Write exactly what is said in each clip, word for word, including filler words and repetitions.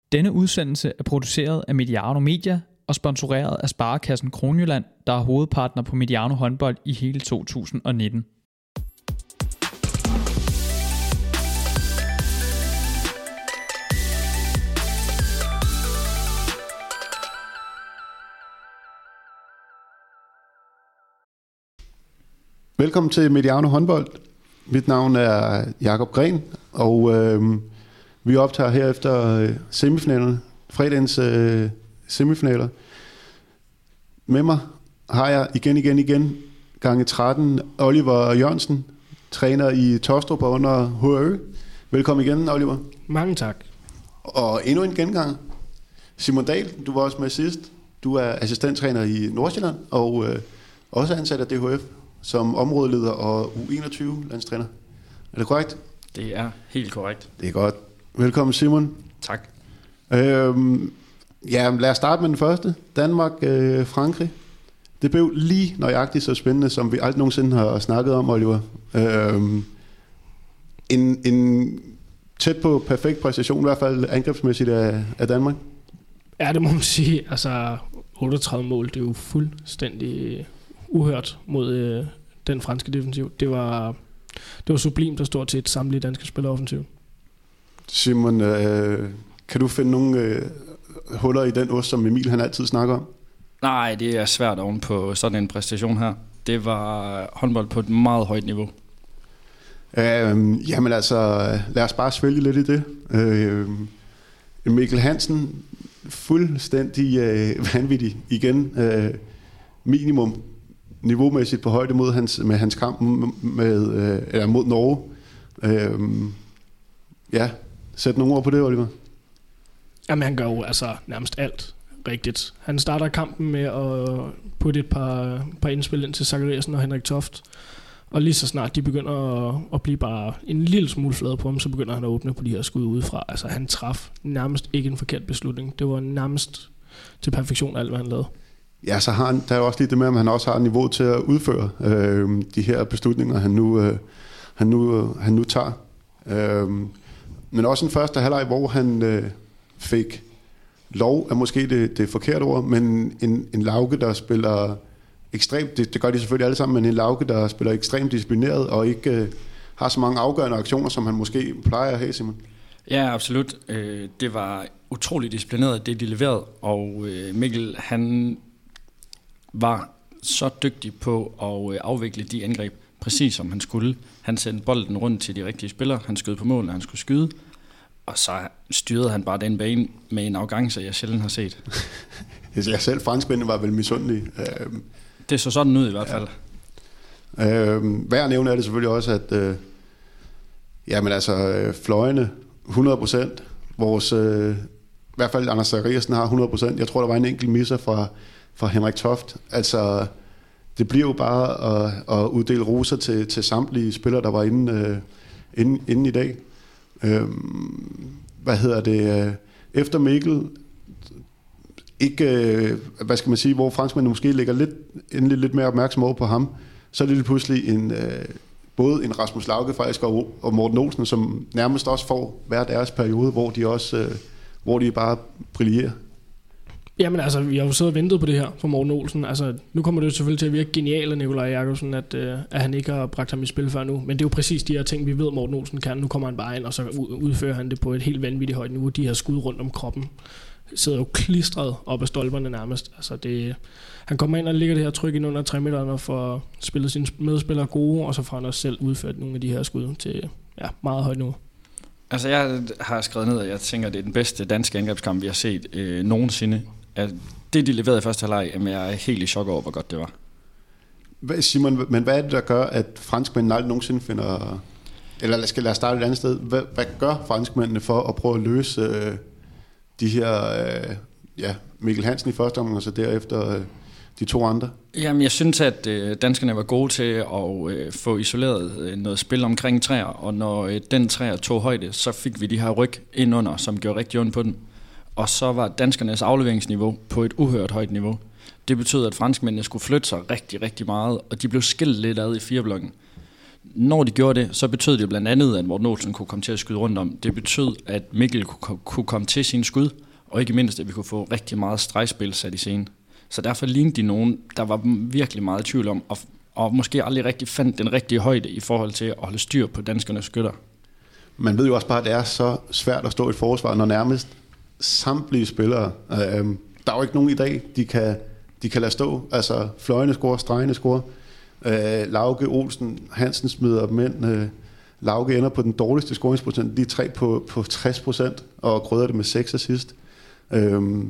Denne udsendelse er produceret af Mediano Media og sponsoreret af Sparekassen Kronjylland, der er hovedpartner på Mediano håndbold i hele to tusind og nitten. Velkommen til Mediano håndbold. Mit navn er Jakob Gren, og øh, vi optager her efter øh, semifinalerne, fredagens øh, semifinaler. Med mig har jeg igen, igen, igen, gange tretten, Oliver Jørgensen, træner i Tostrup og under H Ø. Velkommen igen, Oliver. Mange tak. Og endnu en gengang. Simon Dahl, du var også med sidst. Du er assistenttræner i Nordsjælland og øh, også ansat af D H F som områdeleder og U enogtyve-landstræner. Er det korrekt? Det er helt korrekt. Det er godt. Velkommen, Simon. Tak. Øhm, ja, lad os starte med den første. Danmark-Frankrig. Øh, det blev lige nøjagtigt så spændende, som vi aldrig nogensinde har snakket om, Oliver. Øhm, en, en tæt på perfekt præstation, i hvert fald angrebsmæssigt af, af Danmark. Ja, det må man sige. Altså, otteogtredive mål, det er jo fuldstændig uhørt mod øh, den franske defensiv. Det var, det var sublimt at stå til et samlet danske spiller offensiv. Simon, øh, kan du finde nogle øh, huller i den ost, som Emil han altid snakker om? Nej, det er svært oven på sådan en præstation her. Det var håndbold på et meget højt niveau. Øh, jamen altså, lad os bare svælge lidt i det. Øh, Mikkel Hansen, fuldstændig øh, vanvittig igen. Øh, minimum niveaumæssigt på højde mod hans, med hans kamp med, øh, eller mod Norge. Øh, ja, sæt nogle ord på det, Oliver. Jamen, han gør jo altså nærmest alt rigtigt. Han starter kampen med at putte et par, par indspil ind til Zachariasen og Henrik Toft. Og lige så snart de begynder at, at blive bare en lille smule flade på ham, så begynder han at åbne på de her skud udefra. Altså, han traf nærmest ikke en forkert beslutning. Det var nærmest til perfektion alt, hvad han lavede. Ja, så har han, der er også lige det med, at han også har niveau til at udføre øh, de her beslutninger, han nu, øh, han nu, øh, han nu tager. Øh, men også en første halvleg, hvor han øh, fik lov, er måske det, det forkerte ord, men en, en Lauke, der spiller ekstremt, det, det gør de selvfølgelig alle sammen, men en Lauke, der spiller ekstremt disciplineret og ikke øh, har så mange afgørende aktioner, som han måske plejer at have, Simon. Ja, absolut. Det var utroligt disciplineret, det de leverede, og Mikkel, han var så dygtig på at afvikle de angreb, præcis som han skulle. Han sendte bolden rundt til de rigtige spillere, han skød på mål, når han skulle skyde, og så styrede han bare den bane med en arrogance, jeg sjældent har set. Jeg selv franskmændene var vel misundelige. Det så sådan ud i hvert fald. Ja. Øh, Værd at nævne er det selvfølgelig også, at øh, jamen altså, fløjene hundrede procent, vores, øh, i hvert fald Anders Zachariasen har hundrede procent. Jeg tror, der var en enkelt misser fra fra Henrik Toft. Altså, det bliver jo bare at, at uddele roser til, til samtlige spillere, der var inde, øh, inde, inde i dag. Øh, hvad hedder det? Efter Mikkel, ikke, øh, hvad skal man sige, hvor franskmændene måske lægger lidt, endelig lidt mere opmærksom over på ham, så er det lige pludselig en, øh, både en Rasmus Lauke faktisk og, og Morten Olsen, som nærmest også får hver deres periode, hvor de også, øh, hvor de bare brillerer. Jamen altså, vi har jo siddet og ventet på det her for Morten Olsen. Altså, nu kommer det jo selvfølgelig til at virke genialt af Nikolaj Jakobsen, at, øh, at han ikke har bragt ham i spil før nu. Men det er jo præcis de her ting, vi ved, Morten Olsen kan. Nu kommer han bare ind, og så udfører han det på et helt vanvittigt højt niveau. De her skud rundt om kroppen sidder jo klistret op ad stolperne nærmest. Altså, det, han kommer ind og ligger det her tryk ind under tre meter og får spillet sine medspillere gode, og så får han også selv udført nogle af de her skud til ja, meget højt niveau. Altså, jeg har skrevet ned, at jeg tænker, at det er den bedste danske angrebskamp, vi har set øh, nogensinde. At det, de leverede i første halvleg, jamen jeg er helt i chok over, hvor godt det var. Simon, men hvad er det, der gør, at franskmændene aldrig nogensinde finder... Eller skal jeg starte et andet sted? Hvad, hvad gør franskmændene for at prøve at løse øh, de her... Øh, ja, Mikkel Hansen i første omgang, og så derefter øh, de to andre? Jamen, jeg synes, at øh, danskerne var gode til at øh, få isoleret øh, noget spil omkring træer, og når øh, den træer tog højde, så fik vi de her ryg ind under, som gjorde rigtig ondt på dem. Og så var danskernes afleveringsniveau på et uhørt højt niveau. Det betød, at franskmændene skulle flytte sig rigtig, rigtig meget, og de blev skilt lidt ad i fireblokken. Når de gjorde det, så betød det blandt andet, at Morten Olsen kunne komme til at skyde rundt om. Det betød, at Mikkel kunne komme til sin skud, og ikke mindst, at vi kunne få rigtig meget stregspil sat i scenen. Så derfor lignede de nogen, der var virkelig meget tvivl om, og, og måske aldrig rigtig fandt den rigtige højde i forhold til at holde styr på danskernes skytter. Man ved jo også bare, at det er så svært at stå i et forsvar, når nærmest samtlige spillere, øh, der er jo ikke nogen i dag, de kan, de kan lade stå. Altså fløjene scorer, stregene scorer. Øh, Lauke, Olsen, Hansen smider dem ind. Øh, Lauke ender på den dårligste scoringsprocent, de er tre på, på tres procent, og krydder det med seks assist. Øh,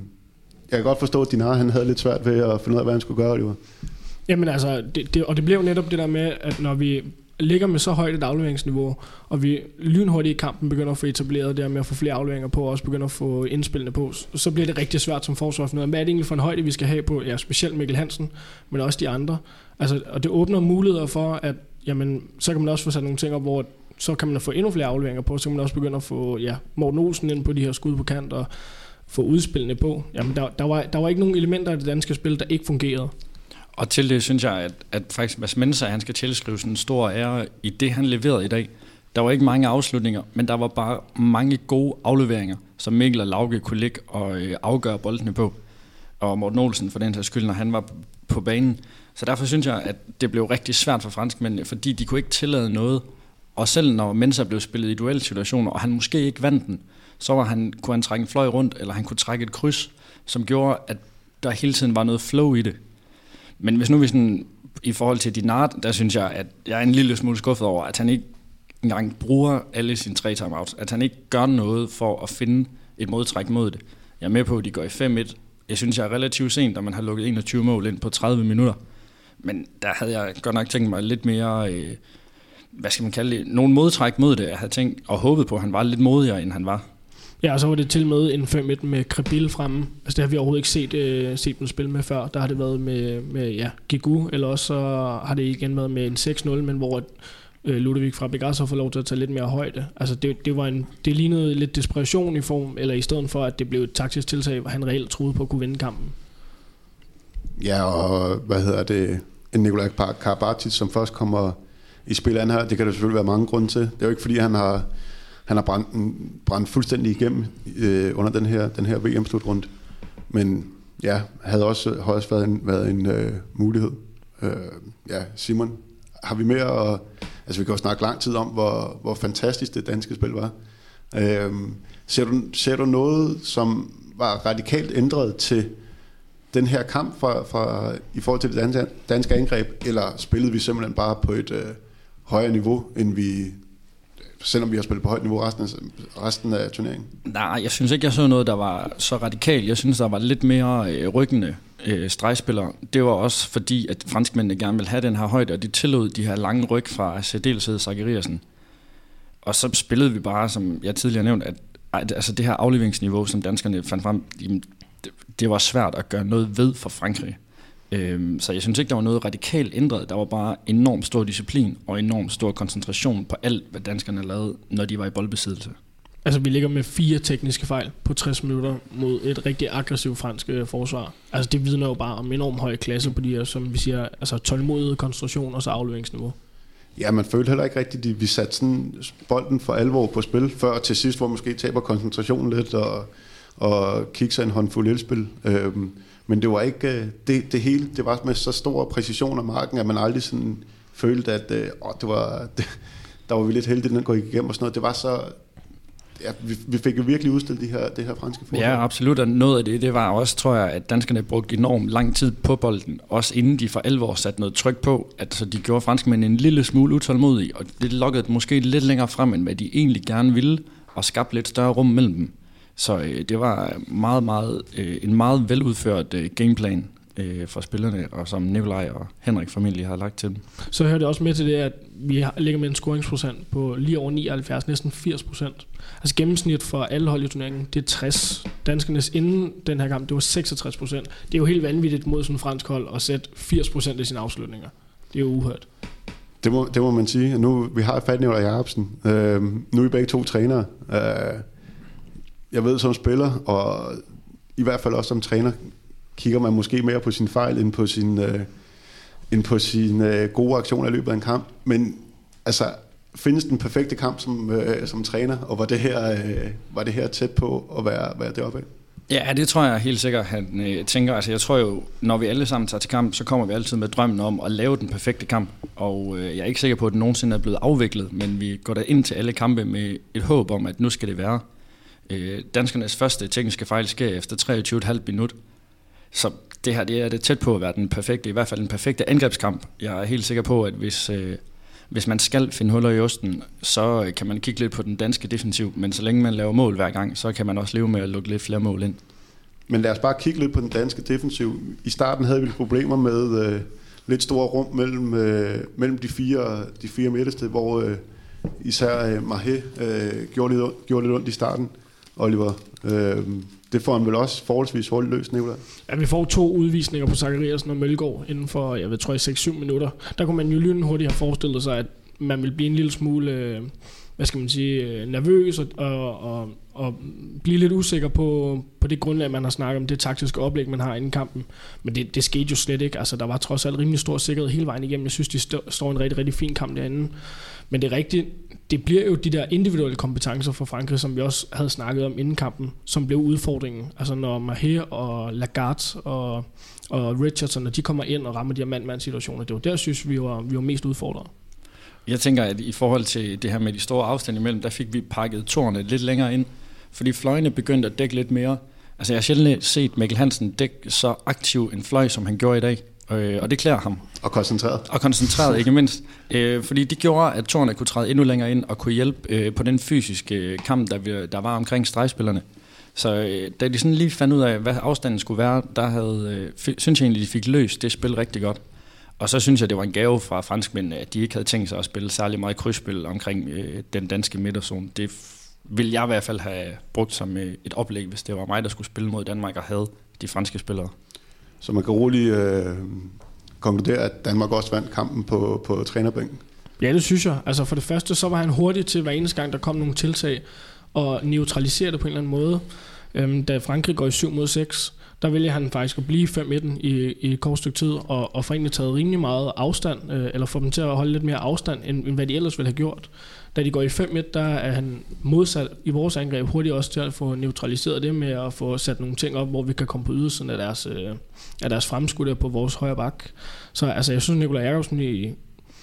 jeg kan godt forstå, at Dinar han havde lidt svært ved at finde ud af, hvad han skulle gøre, Oliver. Jamen altså, det, det, og det blev netop det der med, at når vi ligger med så højt et afleveringsniveau, og vi lynhurtigt i kampen begynder at få etableret det med at få flere afleveringer på, og også begynder at få indspillende på, så bliver det rigtig svært som forsvar at finde ud af, hvad er det egentlig for en højde, vi skal have på, ja, specielt Mikkel Hansen, men også de andre. Altså, og det åbner muligheder for, at jamen, så kan man også få sat nogle ting op, hvor så kan man få endnu flere afleveringer på, så kan man også begynde at få ja, Morten Olsen ind på de her skud på kant, og få udspillende på. Jamen, der, der, var, der var ikke nogen elementer af det danske spil, der ikke fungerede. Og til det synes jeg, at, at faktisk Mads Mensa, han skal tilskrive en stor ære i det, han leverede i dag. Der var ikke mange afslutninger, men der var bare mange gode afleveringer, som Mikkel og Lauke kunne ligge og øh, afgøre boldene på. Og Morten Olsen for den her skyld, når han var på banen. Så derfor synes jeg, at det blev rigtig svært for franskmændene, fordi de kunne ikke tillade noget. Og selv når Mensa blev spillet i duelsituationer, og han måske ikke vandt den, så var han, kunne han trække en fløj rundt, eller han kunne trække et kryds, som gjorde, at der hele tiden var noget flow i det. Men hvis nu vi sådan, i forhold til Dinard, der synes jeg, at jeg er en lille smule skuffet over, at han ikke engang bruger alle sine tre timeouts. At han ikke gør noget for at finde et modtræk mod det. Jeg er med på, at de går i fem et. Jeg synes, jeg er relativt sent, da man har lukket enogtyve mål ind på tredive minutter. Men der havde jeg godt nok tænkt mig lidt mere, øh, hvad skal man kalde det, nogle modtræk mod det. Jeg havde tænkt og håbet på, at han var lidt modigere, end han var. Ja, og så var det til med en fem et med Krebil fremme. Altså det har vi overhovedet ikke set, øh, set dem spille med før. Der har det været med, med ja, Gigu, eller også så har det igen været med en seks nul, men hvor øh, Ludovic fra Begasso får lov til at tage lidt mere højde. Altså det, det, var en, det lignede lidt desperation i form, eller i stedet for, at det blev et taktisk tiltag, hvor han reelt troede på at kunne vinde kampen. Ja, og hvad hedder det, en Nikolaj Karabatic, som først kommer i spil an her, det kan der selvfølgelig være mange grunde til. Det er jo ikke fordi, han har Han har brændt, brændt fuldstændig igennem øh, under den her, den her V M-slutrunde. Men ja, havde også, havde også været en, været en øh, mulighed. Øh, ja, Simon, har vi mere at... Altså, vi kan jo snakke lang tid om, hvor, hvor fantastisk det danske spil var. Øh, ser, du, ser du noget, som var radikalt ændret til den her kamp fra, fra, i forhold til det danske, danske angreb, eller spillede vi simpelthen bare på et øh, højere niveau, end vi... selvom vi har spillet på højt niveau resten af, resten af turneringen? Nej, jeg synes ikke, jeg så noget, der var så radikalt. Jeg synes, der var lidt mere øh, ryggende øh, stregspillere. Det var også fordi, at franskmændene gerne ville have den her højde, og de tillod de her lange ryg fra særdeleshed Zachariasen. Og så spillede vi bare, som jeg tidligere nævnt, at, at altså det her afleveringsniveau, som danskerne fandt frem, jamen, det, det var svært at gøre noget ved for Frankrig. Øhm, så jeg synes ikke, der var noget radikalt ændret. Der var bare enormt stor disciplin og enormt stor koncentration på alt, hvad danskerne lavede, når de var i boldbesiddelse. Altså vi ligger med fire tekniske fejl på tres minutter mod et rigtig aggressivt fransk forsvar. Altså det vidner jo bare om enormt høj klasse på de her, som vi siger, altså tålmodighed, koncentration og så afleveringsniveau. Ja, man følte heller ikke rigtigt, at vi satte sådan bolden for alvor på spil, før til sidst, hvor måske taber koncentrationen lidt og, og kigge sig en håndfuld elspil. Øhm, men det var ikke det, det hele, det var med så stor præcision af marken, at man aldrig sådan følte, at øh, åh, det var, det, der var vi lidt heldige, den går igennem og sådan noget. Det var så... Ja, vi, vi fik jo virkelig udstillet de her, det her franske forsvar. Ja, absolut, og noget af det, det var også, tror jeg, at danskerne brugte enormt lang tid på bolden, også inden de for alvor satte noget tryk på, at så de gjorde franskmændene en lille smule utålmodige, og det lukkede måske lidt længere frem, end hvad de egentlig gerne ville, og skabte lidt større rum mellem dem. Så øh, det var meget, meget, øh, en meget veludført øh, gameplan øh, for spillerne, og som Nikolaj og Henrik familie har lagt til dem. Så hører det også med til det, at vi ligger med en scoringsprocent på lige over nioghalvfjerds, næsten firs procent. Altså gennemsnit for alle hold i turneringen, det er tres. Danskernes inden den her kamp, det var seksogtres procent. Det er jo helt vanvittigt mod sådan en fransk hold at sætte firs procent af sine afslutninger. Det er jo uhørt. Det må, det må man sige. Nu vi har fat Nikolaj Jacobsen. Øh, nu er I begge to trænere. Øh, jeg ved som spiller, og i hvert fald også som træner, kigger man måske mere på sin fejl, end på sin, øh, end på sin øh, gode aktion i løbet af en kamp. Men altså, findes den perfekte kamp som, øh, som træner, og var det her, øh, var det her tæt på at være, være deroppe af? Ja, det tror jeg helt sikkert, han øh, tænker. Altså, jeg tror jo, når vi alle sammen tager til kamp, så kommer vi altid med drømmen om at lave den perfekte kamp. Og øh, jeg er ikke sikker på, at den nogensinde er blevet afviklet, men vi går der ind til alle kampe med et håb om, at nu skal det være. Øh, danskernes første tekniske fejl sker efter treogtyve komma fem minut. Så det her, det er det tæt på at være den perfekte, i hvert fald den perfekte angrebskamp. Jeg er helt sikker på, at hvis, øh, hvis man skal finde huller i osten, så kan man kigge lidt på den danske defensiv, men så længe man laver mål hver gang, så kan man også leve med at lukke lidt flere mål ind. Men lad os bare kigge lidt på den danske defensiv. I starten havde vi problemer med øh, lidt store rum mellem, øh, mellem de fire, de fire midterste, hvor øh, især øh, Mahé øh, gjorde, lidt, gjorde lidt ondt i starten. Oliver, øh, det får han vel også forholdsvis hurtigt løst, Nicolai? Ja, vi får to udvisninger på Zachariasen og Mølgaard inden for, jeg ved, tror jeg, seks syv minutter. Der kunne man jo lynhurtigt have forestillet sig, at man ville blive en lille smule, øh, hvad skal man sige, nervøs og, og, og, og blive lidt usikker på, på det grundlag, man har snakket om, det taktiske oplæg, man har inden kampen. Men det, det skete jo slet ikke. Altså, der var trods alt rimelig stor sikkerhed hele vejen igennem. Jeg synes, de stå, står en rigtig, rigtig fin kamp derinde. Men det er rigtigt, det bliver jo de der individuelle kompetencer for Frankrig, som vi også havde snakket om inden kampen, som blev udfordringen. Altså når Mahé og Lagarde og, og Richardson, når de kommer ind og rammer de her mand-mand-situationer, det var der, synes vi var, vi var mest udfordret. Jeg tænker, at i forhold til det her med de store afstande imellem, der fik vi pakket tårne lidt længere ind, fordi fløjene begyndte at dække lidt mere. Altså jeg har sjældent set Mikkel Hansen dække så aktiv en fløj, som han gjorde i dag. Og det klæder ham. Og koncentreret. Og koncentreret, ikke mindst. Øh, fordi det gjorde, at tårne kunne træde endnu længere ind og kunne hjælpe øh, på den fysiske kamp, der, vi, der var omkring stregspillerne. Så øh, da de sådan lige fandt ud af, hvad afstanden skulle være, der havde, øh, f- synes jeg egentlig, de fik løst det spil rigtig godt. Og så synes jeg, det var en gave fra franskmændene, at de ikke havde tænkt sig at spille særlig meget krydsspil omkring øh, den danske midterzone. Det f- ville jeg i hvert fald have brugt som øh, et oplæg, hvis det var mig, der skulle spille mod Danmark og havde de franske spillere. Så man kan roligt øh, konkludere, at Danmark også vandt kampen på, på trænerbænken. Ja, det synes jeg. Altså for det første, så var han hurtig til hver eneste gang, der kom nogle tiltag, og neutralisere det på en eller anden måde. Øhm, da Frankrig går i syv mod seks, der vælger han faktisk at blive fem et i, i et kort stykke tid, og, og får egentlig taget rimelig meget afstand, øh, eller få dem til at holde lidt mere afstand, end, end hvad de ellers ville have gjort. Da de går i fem et, der er han modsat i vores angreb hurtigt også til at få neutraliseret det med at få sat nogle ting op, hvor vi kan komme på ydersiden af deres, øh, af deres fremskud på vores højre bak. Så altså, jeg synes, Nicolai Jacobsen i,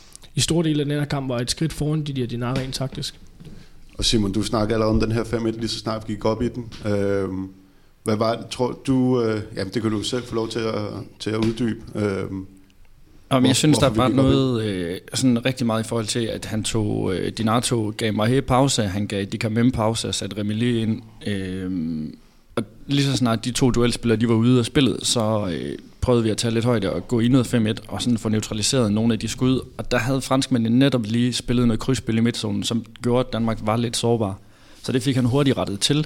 i store dele af den her kamp var et skridt foran de der Dinara rent taktisk. Og Simon, du snakkede allerede om den her fem et, lige så snart vi gik op i den. Øh, hvad var det, tror du, øh, jamen det kan du selv få lov til at, til at uddybe. Øh, Jamen, jeg synes, der var noget øh, sådan rigtig meget i forhold til, at han tog, øh, Dinato gav Mahé pause, han gav Dikamem pause og satte Remili ind. Øh, og lige så snart de to duelspillere, de var ude af spillet, så øh, prøvede vi at tage lidt højde og gå i noget fem et, og sådan få neutraliseret nogle af de skud. Og der havde franskmændene netop lige spillet noget krydsspil i midtzonen, som gjorde, at Danmark var lidt sårbar. Så det fik han hurtigt rettet til,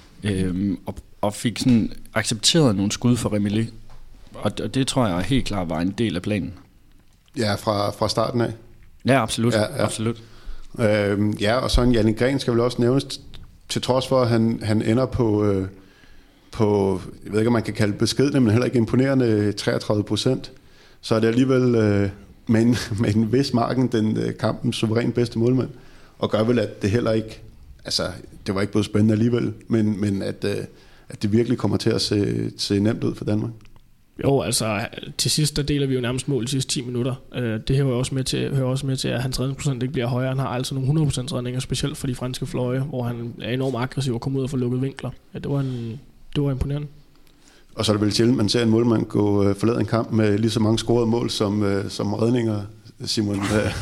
øh, og, og fik sådan accepteret nogle skud for Remili. Og det tror jeg helt klart var en del af planen. Ja, fra, fra starten af. Ja, absolut. Ja, ja. absolut. Øhm, ja, og så en Jannik Gren skal vel også nævnes, til trods for, at han, han ender på, øh, på, jeg ved ikke, om man kan kalde det beskedne, men heller ikke imponerende treogtredive procent. Så er det alligevel øh, med, en, med en vis marken den øh, kampens suveræn bedste målmand. Og gør vel, at det heller ikke, altså det var ikke blevet spændende alligevel, men, men at, øh, at det virkelig kommer til at se, se nemt ud for Danmark. Jo, altså til sidst, der deler vi jo nærmest mål de sidste ti minutter. Det hører også med til, hører også med til at hans redningsprocent ikke bliver højere. Han har altså nogle hundrede procent redninger, specielt for de franske fløje, hvor han er enormt aggressiv og kommer ud og får lukket vinkler. Ja, det var, en, det var imponerende. Og så er det vel sjældent, man ser en målmand gå forlade en kamp med lige så mange scorede mål som, som redninger, Simon.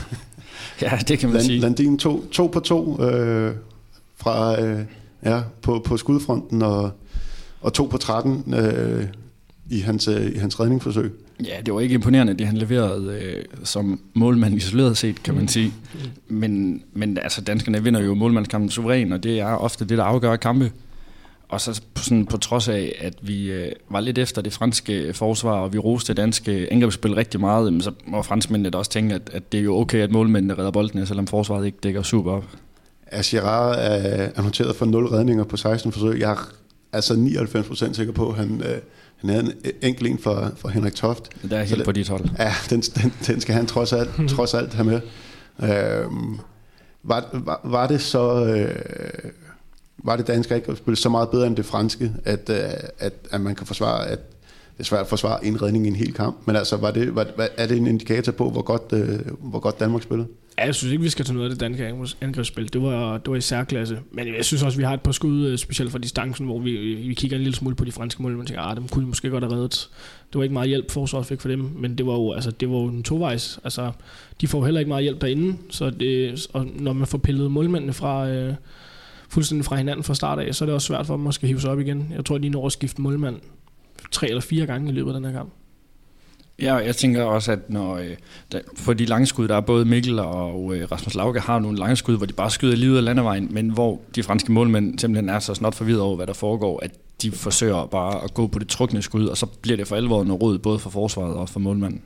Ja, det kan man Land, sige. Landin to, to på to øh, fra, øh, ja, på, på skudfronten og, og to på tretten øh, i hans, i hans redningsforsøg. Ja, det var ikke imponerende, det han leverede øh, som målmand isoleret set, kan man sige. Men, men altså, danskerne vinder jo målmandskampen suveræn, og det er ofte det, der afgør kampe. Og så sådan, på trods af, at vi øh, var lidt efter det franske forsvar, og vi roste det danske angrebsspil rigtig meget, så må franskmændene da også tænke, at, at det er jo okay, at målmændene redder boldene, selvom forsvaret ikke dækker super op. Girard er noteret for nul redninger på seksten forsøg. Jeg er altså nioghalvfems procent sikker på, at han, øh, han havde en enkelt en for, for Henrik Toft. Det er helt så på dit hold. Ja, den, den, den skal han trods alt, trods alt have med. Øh, var, var, var det så... Øh, var det danske angrebsspil så meget bedre end det franske, at, at, at man kan forsvare, at det er svært at forsvare en redning i en hel kamp, men altså, var det, var, er det en indikator på, hvor godt, øh, hvor godt Danmark spillede? Ja, jeg synes ikke, vi skal tage noget af det danske angrebsspil. Det var, det var i særklasse. Men jeg synes også, vi har et par skud, specielt fra distancen, hvor vi, vi kigger en lille smule på de franske mål, og tænker, ah, dem kunne vi måske godt have reddet. Det var ikke meget hjælp, forsvaret fik for dem, men det var jo, altså, det var jo en tovejs. Altså, de får heller ikke meget hjælp derinde, så det, og når man får pillet målmændene fra... Øh, fuldstændig fra hinanden fra start af, så er det også svært for dem at skal hive sig op igen. Jeg tror, de når at skifte målmand tre eller fire gange i løbet af den her kamp. Ja, jeg tænker også, at når øh, der, for de lange skud, der er både Mikkel og øh, Rasmus Lauke har nogle lange skud, hvor de bare skyder lige ud af landevejen, men hvor de franske målmænd simpelthen er så snot forvirret over, hvad der foregår, at de forsøger bare at gå på det trukne skud, og så bliver det for alvor noget rod, både for forsvaret og for målmanden.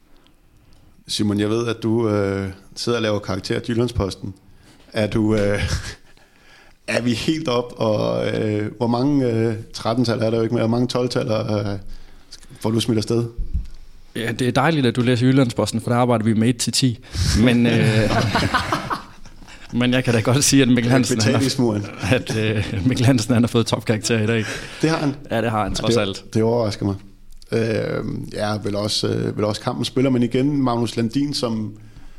Simon, jeg ved, at du øh, sidder og laver karakter til Jyllandsposten. Er du... Øh Er vi helt op, og øh, hvor mange øh, tretten-tal er der jo ikke mere, hvor mange tolv-taller øh, får du smidt afsted? Ja, det er dejligt, at du læser Jyllandsposten, for der arbejder vi med et til ti. Men, øh, men jeg kan da godt sige, at Mikkel Hansen, han har, at, øh, Mikkel Hansen han har fået topkarakter i dag. Det har han? Ja, det har han trods det, alt. Det overrasker mig. Øh, ja, vel også, øh, vel også kampen spiller, men igen Magnus Landin, som,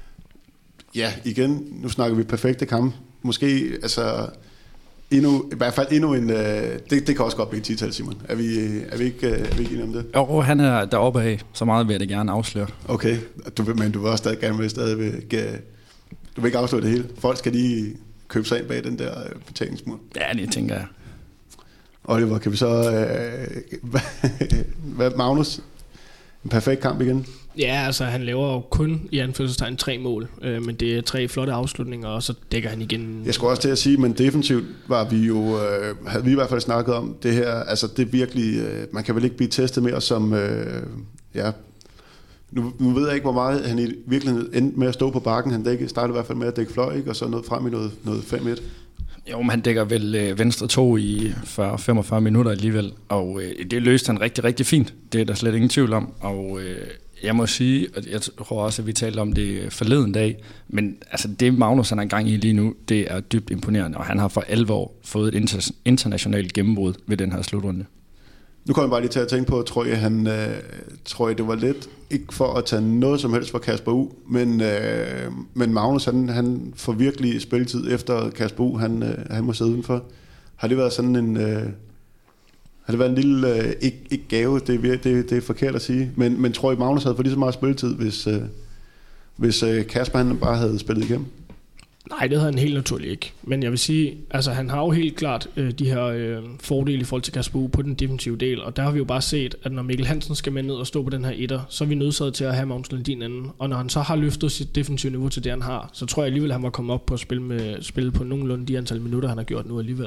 ja, igen, nu snakker vi perfekte kamp. Måske, altså... Endnu, i hvert fald endnu en... Øh, det, det kan også godt blive et ti-tal, Simon. Er vi, er vi ikke, er vi ikke enige om det? Jo, han er deroppe af. Så meget vil jeg det gerne afsløre. Okay, du, men du vil også stadig gerne vil stadigvæk... Du vil ikke afsløre det hele. Folk skal lige købe sig ind bag den der betalingsmur. Ja, det tænker jeg. Oliver, kan vi så... Øh, hvad, Magnus? En perfekt kamp igen? Ja, altså han laver jo kun i anførselstegn tre mål, øh, men det er tre flotte afslutninger, og så dækker han igen. Jeg skulle også til at sige, men defensivt var vi jo, øh, havde vi i hvert fald snakket om det her, altså det virkelig, øh, man kan vel ikke blive testet mere som, øh, ja, nu, nu ved jeg ikke, hvor meget han i virkeligheden endte med at stå på bakken, han dække, startede i hvert fald med at dække fløj, ikke? Og så noget frem i noget, noget fem et. Jo, men han dækker vel øh, venstre to i fyrre til femogfyrre minutter alligevel, og øh, det løste han rigtig, rigtig fint. Det er der slet ingen tvivl om, og øh, jeg må sige, og jeg tror også, at vi talte om det forleden dag, men altså det Magnus han er i gang i lige nu, det er dybt imponerende, og han har for alvor fået et inter- internationalt gennembrud ved den her slutrunde. Nu kommer jeg bare lige til at tænke på, tror jeg, han, øh, tror jeg, det var lidt, ikke for at tage noget som helst fra Kasper U, men, øh, men Magnus, han, han får virkelig spilletid efter Kasper U, han, øh, han må sidde udenfor. Har det været sådan en, øh, har det været en lille, øh, ikke, ikke gave, det er, det, det er forkert at sige, men, men tror I, Magnus havde fået lige så meget spilletid, hvis, øh, hvis øh, Kasper han bare havde spillet igennem? Nej, det havde han helt naturligt ikke. Men jeg vil sige, altså han har jo helt klart øh, de her øh, fordele i forhold til Kasper U på den defensive del, og der har vi jo bare set, at når Mikkel Hansen skal med ned og stå på den her etter, så er vi nødsaget til at have Magnus Landin anden. Og når han så har løftet sit defensive niveau til det, han har, så tror jeg alligevel, at han var kommet op på at spille, med, spille på nogenlunde de antal minutter, han har gjort nu alligevel.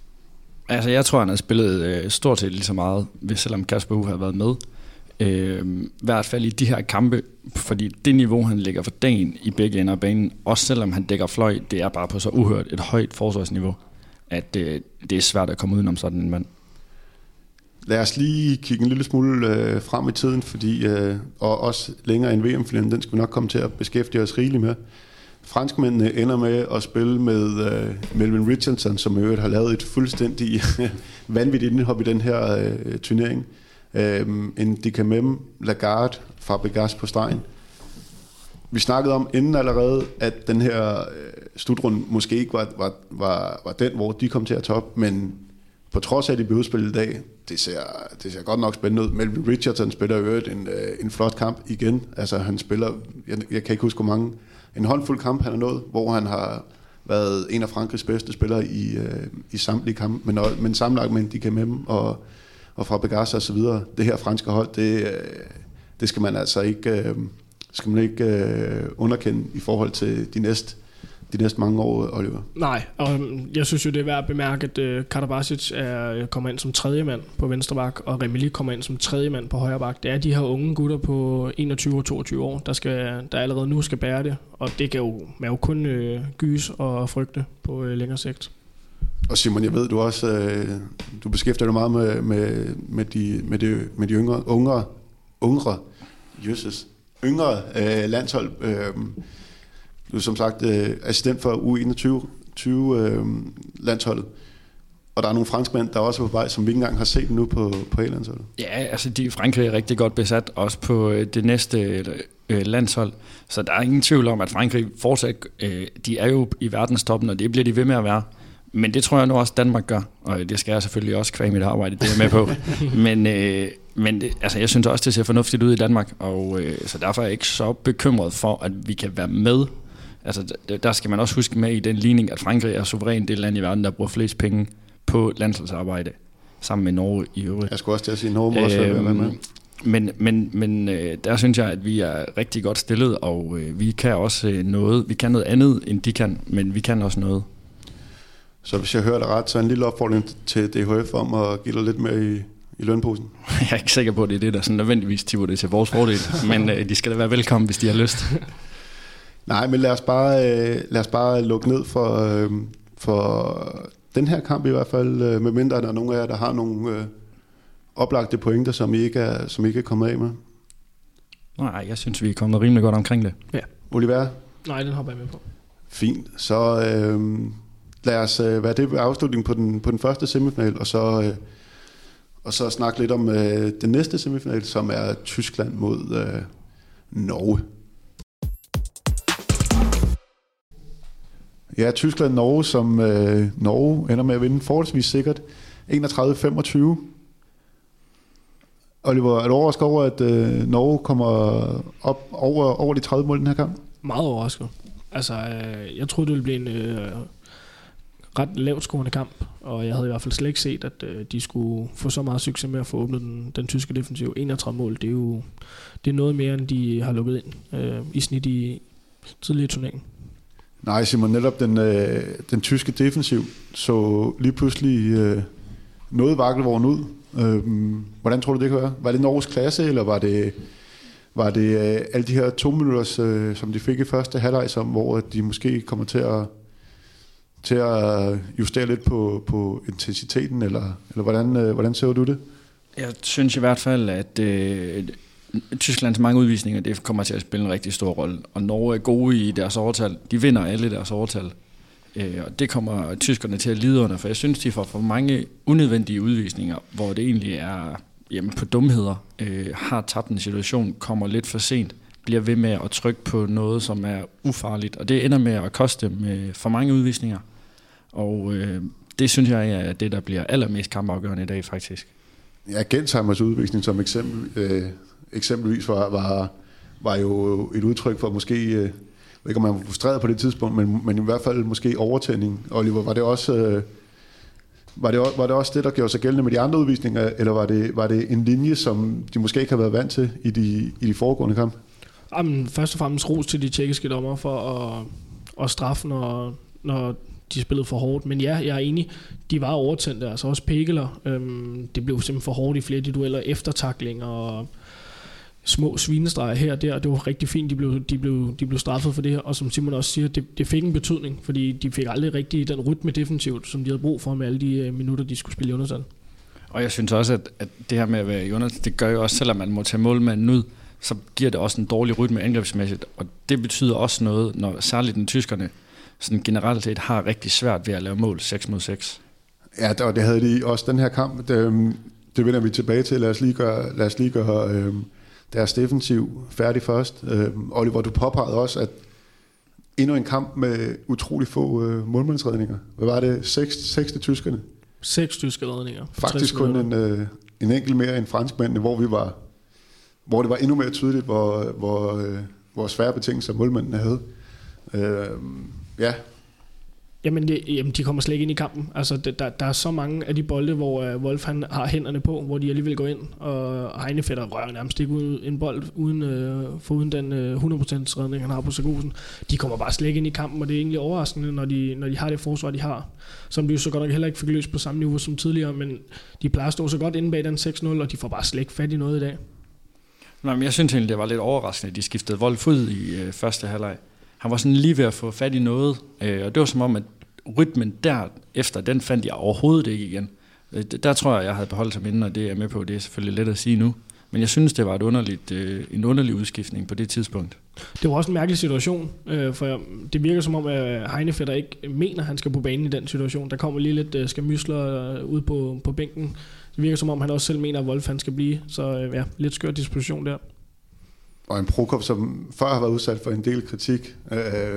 Altså jeg tror, han har spillet øh, stort set lige så meget, hvis selvom Kasper U har været med. Øh, I hvert fald i de her kampe, fordi det niveau han lægger for dagen i begge ender af banen, også selvom han dækker fløj, det er bare på så uhørt et højt forsvarsniveau, at øh, det er svært at komme udenom sådan en mand. Lad os lige kigge en lille smule øh, frem i tiden, fordi øh, og også længere end V M-finalen, den skal vi nok komme til at beskæftige os rigeligt med. Franskmændene ender med at spille med øh, Melvin Richardson, som i øvrigt har lavet et fuldstændig vanvittigt indhop i den her øh, turnering. Um, en Dicamem, Lagarde, Fabregas på stregen. Vi snakkede om inden allerede, at den her uh, slutrunde måske ikke var, var, var, var den, hvor de kom til at top, men på trods af, at de blev udspillet i dag, det ser, det ser godt nok spændende ud. Melvin Richardson spiller i øvrigt en, uh, en flot kamp igen. Altså han spiller, jeg, jeg kan ikke huske hvor mange, en håndfuld kamp han har nået, hvor han har været en af Frankrigs bedste spillere i, uh, i samtlige kampe, men, men sammenlagt med en Dicamem og og fra Fabregas og så videre. Det her franske hold, det, det skal man altså ikke, skal man ikke underkende i forhold til de næste, de næste mange år, Oliver. Nej, og jeg synes jo, det er værd at bemærke, at Karabašić er, kommer ind som tredje mand på venstre bak, og Remili kommer ind som tredje mand på højre bak. Det er de her unge gutter på enogtyve og toogtyve år, der, skal, der allerede nu skal bære det, og det kan jo, man jo kun øh, gys og frygte på øh, længere sigt. Og Simon, jeg ved, du også øh, du beskæftiger dig meget med, med, med, de, med, de, med de yngre, yngre, yngre, Jesus, yngre øh, landshold. Øh, du er som sagt øh, assistent for U enogtyve-landsholdet. Øh, og der er nogle franskmænd, der også er på vej, som vi ikke engang har set nu på, på A-landsholdet. Ja, altså de, Frankrig er rigtig godt besat, også på øh, det næste øh, landshold. Så der er ingen tvivl om, at Frankrig fortsat, øh, de er jo i verdenstoppen, og det bliver de ved med at være. Men det tror jeg nu også Danmark gør, og det skal jeg selvfølgelig også kvæg mit arbejde, det er jeg med på. men øh, men det, altså, jeg synes også, det ser fornuftigt ud i Danmark, og øh, så derfor er jeg ikke så bekymret for, at vi kan være med. Altså, der skal man også huske med i den ligning, at Frankrig er suverænt det land i verden, der bruger flest penge på landsholdsarbejde, sammen med Norge i øvrigt. Jeg skulle også til at sige, at Norge må også øhm, være med. Men, men, men øh, der synes jeg, at vi er rigtig godt stillet, og øh, vi kan også øh, noget. Vi kan noget andet, end de kan, men vi kan også noget. Så hvis jeg hører dig ret, så er en lille opfordring til D H F om at give dig lidt med i, i lønposen. Jeg er ikke sikker på, at det er det, der sådan nødvendigvis tiver det til vores fordel, men øh, de skal da være velkommen, hvis de har lyst. Nej, men lad os bare, øh, lad os bare lukke ned for, øh, for den her kamp i hvert fald, øh, med mindre der er nogen af jer, der har nogle øh, oplagte pointer, som I ikke er, som I ikke er kommet af med. Nej, jeg synes, vi er kommet rimelig godt omkring det. Ja. Oliver? Nej, den hopper jeg med på. Fint. Så øh, lad os øh, være det ved afslutningen på den, på den første semifinal, og så, øh, og så snakke lidt om øh, den næste semifinal, som er Tyskland mod øh, Norge. Ja, Tyskland-Norge, som øh, Norge ender med at vinde forholdsvis sikkert. enogtredive femogtyve. Oliver, er du overrasket over, at øh, Norge kommer op over, over de tredive mål i den her kamp? Meget overrasket. Altså, øh, jeg troede, det ville blive en øh, ret lavt scorende kamp, og jeg havde i hvert fald slet ikke set, at øh, de skulle få så meget succes med at få åbnet den, den tyske defensiv. enogtredive mål, det er jo det er noget mere, end de har lukket ind øh, i snit i tidligere turneringen. Nej, Simon, netop den, øh, den tyske defensiv så lige pludselig øh, noget vakkelvogn ud. Øh, hvordan tror du, det kan være? Var det Norges klasse, eller var det, var det øh, alle de her to minutters, øh, som de fik i første halvleg, som, hvor de måske kommer til at, til at justere lidt på, på intensiteten, eller, eller hvordan, øh, hvordan ser du det? Jeg synes i hvert fald, at øh, Tysklands mange udvisninger, det kommer til at spille en rigtig stor rolle. Og Norge er gode i deres overtal. De vinder alle deres overtal. Øh, og det kommer tyskerne til at lide under, for jeg synes, de får for mange unødvendige udvisninger, hvor det egentlig er jamen, på dumheder, øh, har tabt en situation, kommer lidt for sent, bliver ved med at trykke på noget, som er ufarligt. Og det ender med at koste med for mange udvisninger. Og øh, det synes jeg er det, der bliver allermest kampafgørende i dag, faktisk. Ja, Gensheimers udvisning som eksempel, øh, eksempelvis var, var, var jo et udtryk for måske, øh, jeg ved ikke om man var frustreret på det tidspunkt, men, men i hvert fald måske overtænding. Oliver, var det også, øh, var det, var det også det, der gjorde sig gældende med de andre udvisninger, eller var det, var det en linje, som de måske ikke har været vant til i de, i de foregående kampe? Jamen, først og fremmest ros til de tjekkiske dommer for at, at straffe, når, når de spillede for hårdt. Men ja, jeg er enig, de var overtændte, altså også Pekeler. Øhm, det blev simpelthen for hårdt i flere af de dueller, eftertakling og små svinestreger her og der. Det var rigtig fint, de blev, de blev, de blev straffet for det her. Og som Simon også siger, det, det fik en betydning, fordi de fik aldrig rigtig den rytme defensivt, som de havde brug for med alle de minutter, de skulle spille i undertal. Og jeg synes også, at, at det her med at være i undertal, det gør jo også, selvom man må tage målmanden ud, så giver det også en dårlig rytme angrebsmæssigt. Og det betyder også noget, når særligt den tyskerne sådan generelt set har rigtig svært ved at lave mål seks mod seks. Ja, og det havde de også den her kamp. Det, det vender vi tilbage til. Lad os lige gøre, lad os lige gøre øh, deres defensiv færdig først. Øh, Oliver, du påpegede også, at endnu en kamp med utrolig få øh, målmandsredninger. Hvad var det? Seks, seks til tyskerne? Seks tyske redninger. Faktisk kun en, øh, en enkelt mere end franskmændene, hvor vi var, hvor det var endnu mere tydeligt, hvor, hvor, øh, hvor svære betingelser målmændene havde. Øh, ja. Jamen, det, jamen, de kommer slet ikke ind i kampen. Altså, det, der, der er så mange af de bolde, hvor uh, Wolf han har hænderne på, hvor de alligevel går ind, og Heinefetter rører nærmest ikke ud en bold, uden, uh, foruden den uh, hundrede procent redning, han har på Sargosen. De kommer bare slet ikke ind i kampen, og det er egentlig overraskende, når de, når de har det forsvar, de har. Som de jo så godt nok heller ikke fik løst på samme niveau som tidligere, men de plejer at stå så godt inde bag den seks nul, og de får bare slet ikke fat i noget i dag. Nej, men jeg synes egentlig, det var lidt overraskende, at de skiftede Wolf ud i uh, første halvleg. Han var sådan lige ved at få fat i noget, øh, og det var som om, at rytmen derefter, den fandt jeg overhovedet ikke igen. Der tror jeg, jeg havde beholdt ham inden, og det er jeg med på, det er selvfølgelig let at sige nu. Men jeg synes, det var et underligt, øh, en underlig udskiftning på det tidspunkt. Det var også en mærkelig situation, øh, for det virker som om, at Heinefetter ikke mener, at han skal på banen i den situation. Der kommer lige lidt øh, skamysler øh, ud på, på bænken. Det virker som om, han også selv mener, at Wolf han skal blive. Så øh, ja, lidt skør disposition der. Og en Prokop, som før har været udsat for en del kritik. Øh,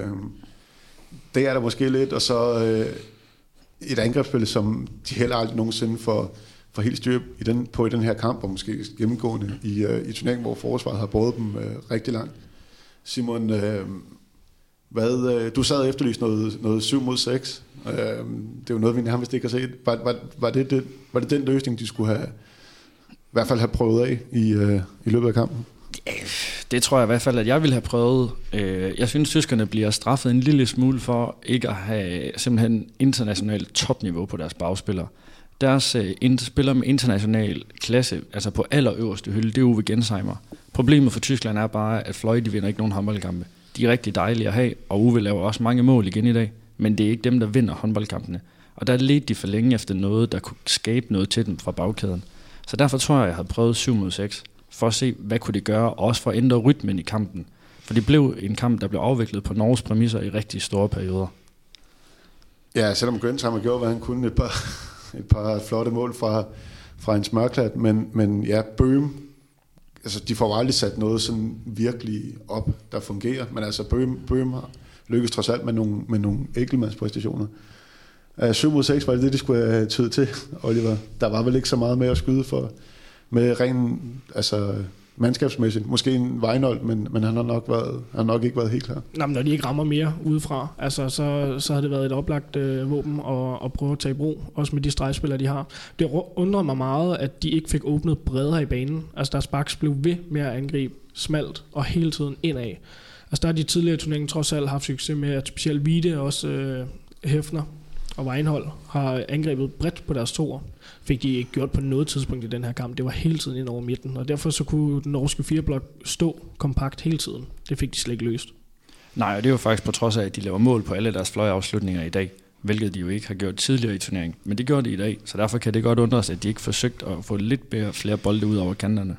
det er der måske lidt, og så øh, et angrebsspil, som de heller aldrig nogensinde får, får helt styr i den, på i den her kamp, og måske gennemgående i, øh, i turneringen, hvor forsvaret har båret dem øh, rigtig langt. Simon, øh, hvad, øh, du sad og efterlyste noget, noget syv mod seks. Øh, det er jo noget, vi nærmest ikke har set. Var, var, var, det, det, var det den løsning, de skulle have, i hvert fald have prøvet af i, øh, i løbet af kampen? Det tror jeg i hvert fald, at jeg ville have prøvet. Jeg synes, tyskerne bliver straffet en lille smule for ikke at have simpelthen internationalt topniveau på deres bagspillere. Deres spillere med international klasse, altså på allerøverste hylde, det er Uwe Gensheimer. Problemet for Tyskland er bare, at Fløj, de vinder ikke nogen håndboldkampe. De er rigtig dejlige at have, og Uwe laver også mange mål igen i dag, men det er ikke dem, der vinder håndboldkampene. Og der ledte de for længe efter noget, der kunne skabe noget til dem fra bagkæden. Så derfor tror jeg, at jeg havde prøvet syv mod seks. For at se, hvad kunne det gøre, og også for at ændre rytmen i kampen. For det blev en kamp, der blev afviklet på Norges præmisser i rigtig store perioder. Ja, selvom Gensheimer gjorde, hvad han kunne, et par, et par flotte mål fra, fra en smørklat, men, men ja, Bøhm, altså de får jo aldrig sat noget sådan virkelig op, der fungerer, men altså Bøhm, Bøhm har lykkes trods alt med nogle, med nogle enkeltmandspræstationer. Uh, syv mod seks var det det, de skulle have tid til, Oliver. Der var vel ikke så meget med at skyde for, med ren, altså mandskabsmæssigt. Måske en Weinhold, men, men han har nok været, han har nok ikke været helt klar. Nå, men når de ikke rammer mere udefra, altså, så, så har det været et oplagt øh, våben at, at prøve at tage i brug, også med de stregspillere, de har. Det undrer mig meget, at de ikke fik åbnet bredere i banen. Altså deres backs blev ved med at angribe smalt og hele tiden indad. Altså der har de tidligere i turneringen trods alt haft succes med, at specielt Wiede også øh, Hefner og Weinhold har angrebet bredt på deres toer. Fik de ikke gjort på noget tidspunkt i den her kamp. Det var hele tiden ind over midten, og derfor så kunne den norske fireblok stå kompakt hele tiden. Det fik de slet ikke løst. Nej, og det er jo faktisk på trods af, at de laver mål på alle deres fløjeafslutninger i dag, hvilket de jo ikke har gjort tidligere i turneringen. Men det gjorde de i dag, så derfor kan det godt undres, at de ikke forsøgt at få lidt bedre, flere bolde ud over kanterne.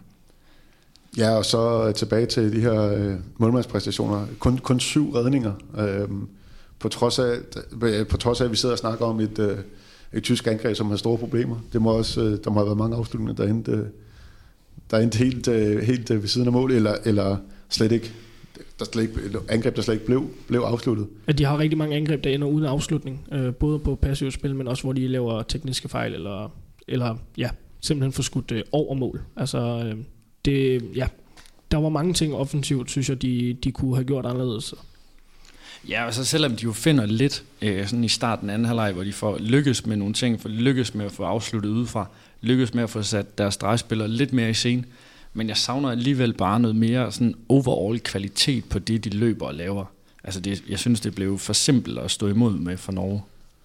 Ja, og så tilbage til de her øh, målmandspræstationer. Kun, kun syv redninger. Øh, på, trods af, på trods af, at vi sidder og snakker om et... Øh, et tysk angreb, som har store problemer. Det må også, der må have været mange afslutninger, der endte, der endte helt, helt ved siden af mål, eller, eller slet ikke, der slet ikke, angreb, der slet ikke blev, blev afsluttet. At de har rigtig mange angreb, der ender uden afslutning, øh, både på passivt spil, men også hvor de laver tekniske fejl, eller, eller ja, simpelthen får skudt øh, over mål. Altså, øh, det, ja, der var mange ting offensivt, synes jeg, de, de kunne have gjort anderledes. Ja, og så selvom de jo finder lidt øh, sådan i starten af anden halvleg, hvor de får lykkes med nogle ting, for lykkes med at få afsluttet udefra, lykkes med at få sat deres drejespillere lidt mere i scene, men jeg savner alligevel bare noget mere sådan overall kvalitet på det, de løber og laver. Altså det, jeg synes, det blev for simpelt at stå imod med for Norge.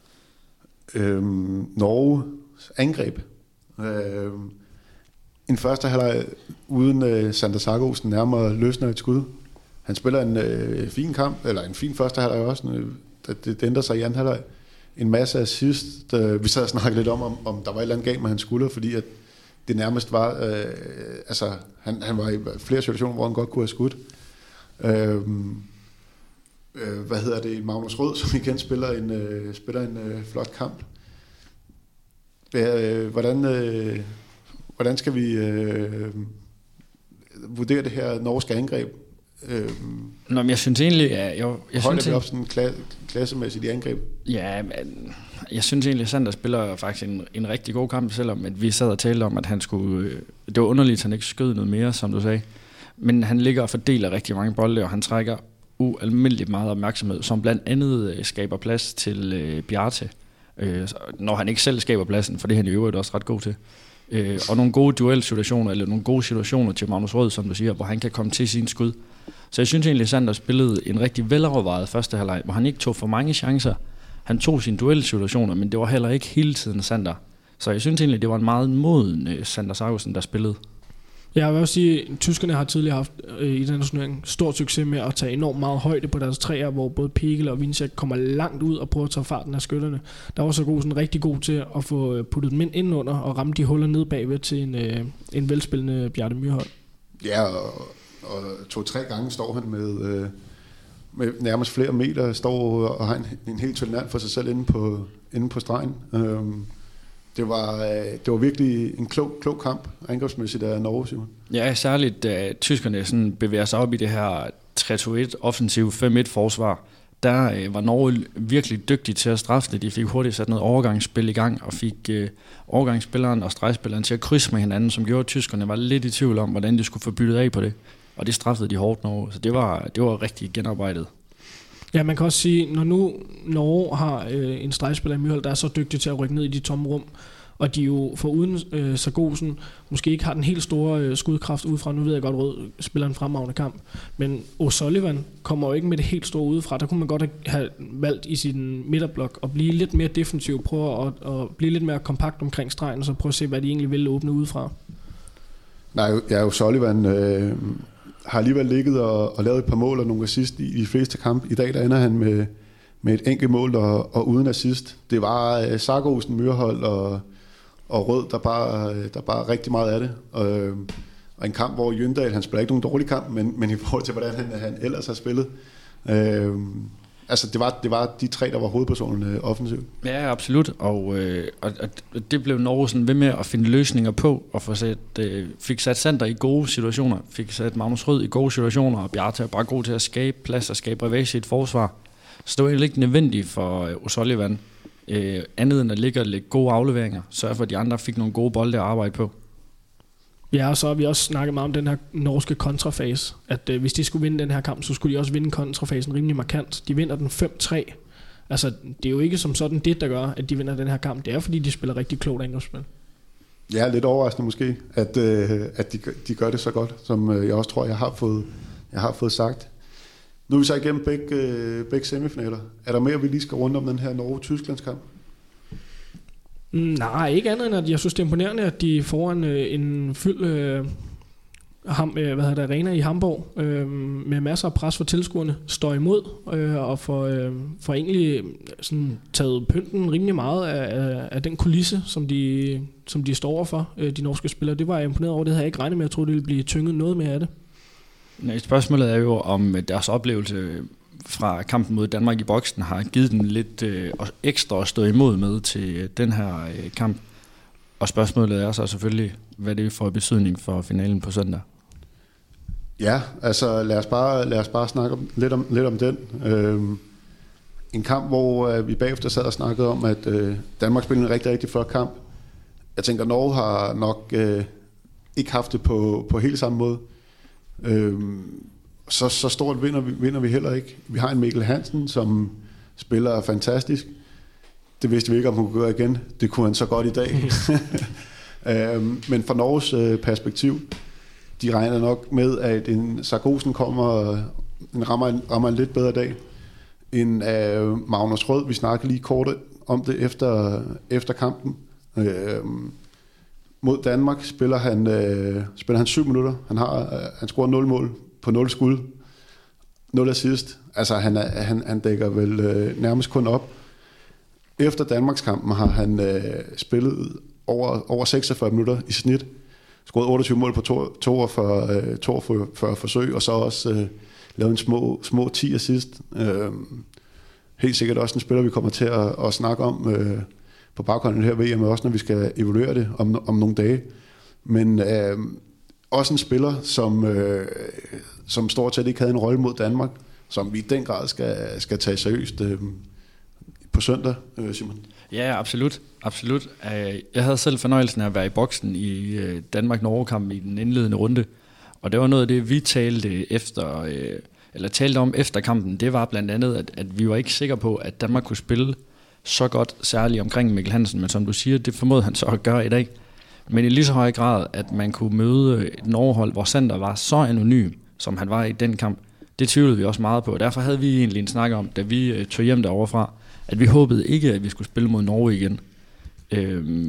Øhm, Norge angreb. Øhm, en første halvleg uden øh, Sander Sargosen nærmere løsner et skud. Han spiller en øh, fin kamp, eller en fin første halvleg også. Det, det ændrer sig i anden halvleg. En masse assist. Øh, vi sad og snakkede lidt om, om, om der var et eller andet galt med hans skulder, fordi at det nærmest var, øh, altså han, han var i flere situationer, hvor han godt kunne have skudt. Øh, øh, hvad hedder det? Magnus Rød, som igen spiller en, øh, spiller en øh, flot kamp. Øh, hvordan, øh, hvordan skal vi øh, vurdere det her norske angreb? Øhm, Nå, men jeg synes egentlig, at jeg, jeg højder synes, vi op sådan kla- klassemæssigt i angreb? Ja, men jeg synes egentlig, at Sander spiller faktisk en, en rigtig god kamp, selvom at vi sad og talte om, at han skulle, det var underligt, at han ikke skød noget mere, som du sagde. Men han ligger og fordeler rigtig mange bolde, og han trækker ualmindeligt meget opmærksomhed, som blandt andet skaber plads til øh, Bjarte, øh, når han ikke selv skaber pladsen, for det er han i øvrigt også ret god til. Øh, og nogle gode duelsituationer, eller nogle gode situationer til Magnus Rød, som du siger, hvor han kan komme til sin skud. Så jeg synes egentlig, at Sander spillede en rigtig velovervejet første halvleg, hvor han ikke tog for mange chancer. Han tog sine duelsituationer, men det var heller ikke hele tiden Sander. Så jeg synes egentlig, det var en meget moden Sander Sargosen, der spillede. Jeg vil også sige, at tyskerne har tidligere haft øh, i den turnering stor succes med at tage enormt meget højde på deres træer, hvor både Pekela og Vincek kommer langt ud og prøver at tage farten af skytterne. Der var så god, sådan rigtig god til at få puttet dem ind under og ramme de huller ned bagved til en, øh, en velspillende Bjarte Myrhold. Ja, og, og to-tre gange står han med, øh, med nærmest flere meter, står og har en, en helt turnering for sig selv inde på, inde på stregen. Øhm, Det var, det var virkelig en klog, klog kamp, angrebsmæssigt af Norge, Simon. Ja, særligt da tyskerne sådan bevæger sig op i det her tre to et offensiv fem et forsvar. Der øh, var Norge virkelig dygtige til at straffe det. De fik hurtigt sat noget overgangsspil i gang, og fik øh, overgangsspilleren og stregspilleren til at krydse med hinanden, som gjorde, at tyskerne var lidt i tvivl om, hvordan de skulle få byttet af på det. Og det straffede de hårdt Norge, så det var, det var rigtig genarbejdet. Ja, man kan også sige, når nu Norge har øh, en stregspiller i Myrhold, der er så dygtig til at rykke ned i de tomme rum, og de jo foruden øh, Sargosen måske ikke har den helt store øh, skudkraft udefra. Nu ved jeg godt, at Rød spiller en fremragende kamp, men O'Sullivan kommer jo ikke med det helt store udefra. Der kunne man godt have valgt i sin midterblok at blive lidt mere defensiv, prøve at, at blive lidt mere kompakt omkring stregen, og så prøve at se, hvad de egentlig vil åbne udefra. Nej, ja, O'Sullivan øh, har alligevel ligget og, og lavet et par mål og nogle assist i de fleste kampe. I dag der ender han med, med et enkelt mål og, og uden assist. Det var øh, Sargosen, Myrhold og og Rød, der bare, der bare rigtig meget af det. Og, og en kamp, hvor Jøndal, han spiller ikke nogen dårlig kamp, men, men i forhold til, hvordan han, han ellers har spillet. Øh, altså, det var, det var de tre, der var hovedpersonerne offensivt. Ja, absolut. Og, øh, og, og det blev Norge sådan ved med at finde løsninger på, og få sat, øh, fik sat Sander i gode situationer, fik sat Magnus Rød i gode situationer, og Bjarte er bare god til at skabe plads og skabe revage i et forsvar. Så det var egentlig ikke nødvendigt for øh, O'Sullivan, Øh, andet end at ligge og lægge gode afleveringer, sørge for, at de andre fik nogle gode bolde at arbejde på. Ja, og så har vi også snakket meget om den her norske kontrafase, at øh, hvis de skulle vinde den her kamp, så skulle de også vinde kontrafasen rimelig markant. De vinder den fem tre. Altså, det er jo ikke som sådan det, der gør, at de vinder den her kamp. Det er fordi, de spiller rigtig klogt angrebsspil. Ja, lidt overraskende måske, at, øh, at de, de gør det så godt, som øh, jeg også tror, jeg har fået, jeg har fået sagt. Nu er vi så igennem begge, øh, begge semifinaler. Er der mere, vi lige skal rundt om den her Norge-Tysklands kamp? Nej, ikke andet end, at jeg synes, det er imponerende, at de foran øh, en fyldt øh, ham, øh, hvad hedder det, arena i Hamburg, øh, med masser af pres for tilskuerne, står imod, øh, og får, øh, får egentlig sådan, taget pynten rimelig meget af, af, af den kulisse, som de, som de står overfor, øh, de norske spillere. Det var jeg imponeret over, det havde jeg ikke regnet med. Jeg troede, det ville blive tynget noget mere af det. Nej, spørgsmålet er jo, om deres oplevelse fra kampen mod Danmark i boksen har givet dem lidt øh, ekstra at stå imod med til den her øh, kamp. Og spørgsmålet er så selvfølgelig, hvad det får betydning for finalen på søndag. Ja, altså lad os bare, lad os bare snakke om, lidt, om, lidt om den. Øhm, en kamp, hvor øh, vi bagefter sad og snakkede om, at øh, Danmark spillede en rigtig, rigtig flot kamp. Jeg tænker, at Norge har nok øh, ikke haft det på, på helt samme måde. Øhm, så, så stort vinder vi, vinder vi heller ikke. Vi har en Mikkel Hansen, som spiller fantastisk. Det vidste vi ikke, om hun kunne gøre igen. Det kunne han så godt i dag. øhm, men fra Norges øh, perspektiv, de regner nok med, at en Sargosen kommer en rammer, en, rammer en lidt bedre dag end øh, Magnus Rød. Vi snakkede lige kort om det efter, efter kampen. Øhm, Mod Danmark spiller han, øh, spiller han syv minutter. Han har øh, han scorer nul mål på nul skud. nul assist. Altså han, er, han, han dækker vel øh, nærmest kun op. Efter Danmarkskampen har han øh, spillet over, over seksogfyrre minutter i snit. Scoret otteogtyve mål på toogfyrre, øh, toogfyrre forsøg, og så også øh, lavet en små, små ti assist. Øh, helt sikkert også en spiller, vi kommer til at, at snakke om øh, på baggrund af det her V M, også når vi skal evaluere det om, om nogle dage. Men øh, også en spiller, som, øh, som stort set ikke havde en rolle mod Danmark, som vi i den grad skal, skal tage seriøst øh, på søndag, øh, Simon. Ja, absolut. absolut. Jeg havde selv fornøjelsen af at være i boksen i Danmark-Norge-kampen i den indledende runde, og det var noget af det, vi talte efter, eller talte om efter kampen. Det var blandt andet, at, at vi var ikke sikre på, at Danmark kunne spille så godt, særligt omkring Mikkel Hansen, men som du siger, det formåede han så at gøre i dag. Men i lige så høj grad, at man kunne møde et Norge-hold, hvor Sander var så anonym, som han var i den kamp, det tvivlede vi også meget på. Og derfor havde vi egentlig en snak om, da vi tog hjem derovre fra, at vi håbede ikke, at vi skulle spille mod Norge igen. Øhm,